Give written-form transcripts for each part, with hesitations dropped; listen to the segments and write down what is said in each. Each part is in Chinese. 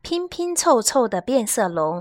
拼拼凑凑的变色龙。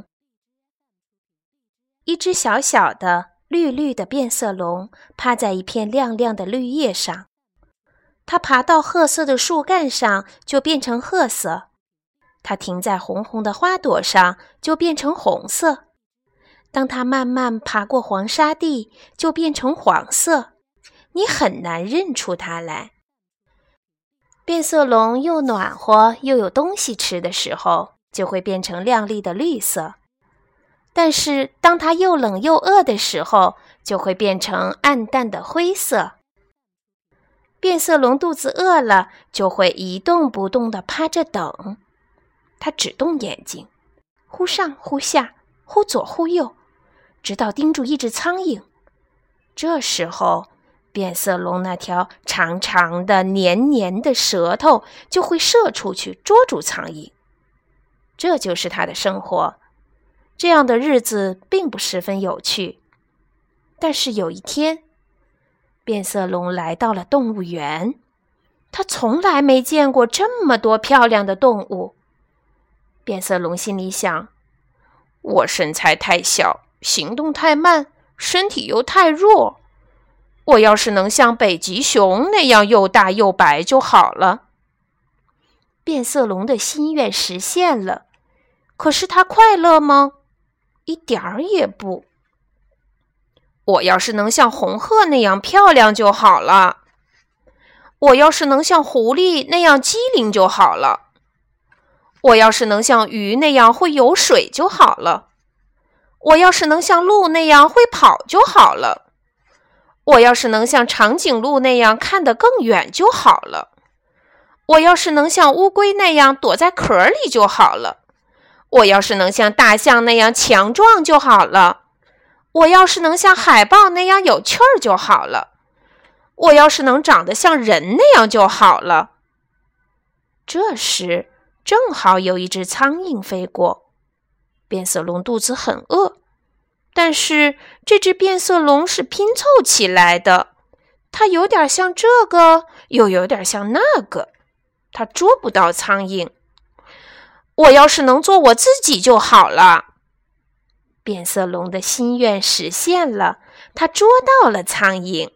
一只小小的绿绿的变色龙趴在一片亮亮的绿叶上，它爬到褐色的树干上就变成褐色，它停在红红的花朵上就变成红色，当它慢慢爬过黄沙地就变成黄色，你很难认出它来。变色龙又暖和又有东西吃的时候，就会变成亮丽的绿色，但是当它又冷又饿的时候，就会变成暗淡的灰色。变色龙肚子饿了，就会一动不动地趴着等，它只动眼睛，忽上忽下，忽左忽右，直到盯住一只苍蝇。这时候变色龙那条长长的黏黏的舌头就会射出去捉住苍蝇。这就是它的生活。这样的日子并不十分有趣。但是有一天，变色龙来到了动物园，它从来没见过这么多漂亮的动物。变色龙心里想，我身材太小，行动太慢，身体又太弱，我要是能像北极熊那样又大又白就好了。变色龙的心愿实现了，可是他快乐吗？一点儿也不。我要是能像红鹤那样漂亮就好了，我要是能像狐狸那样机灵就好了，我要是能像鱼那样会游水就好了，我要是能像鹿那样会跑就好了，我要是能像长颈鹿那样看得更远就好了，我要是能像乌龟那样躲在壳里就好了，我要是能像大象那样强壮就好了，我要是能像海豹那样有趣儿就好了，我要是能长得像人那样就好了。这时正好有一只苍蝇飞过，变色龙肚子很饿，但是这只变色龙是拼凑起来的，它有点像这个，又有点像那个，它捉不到苍蝇。我要是能做我自己就好了。变色龙的心愿实现了，它捉到了苍蝇。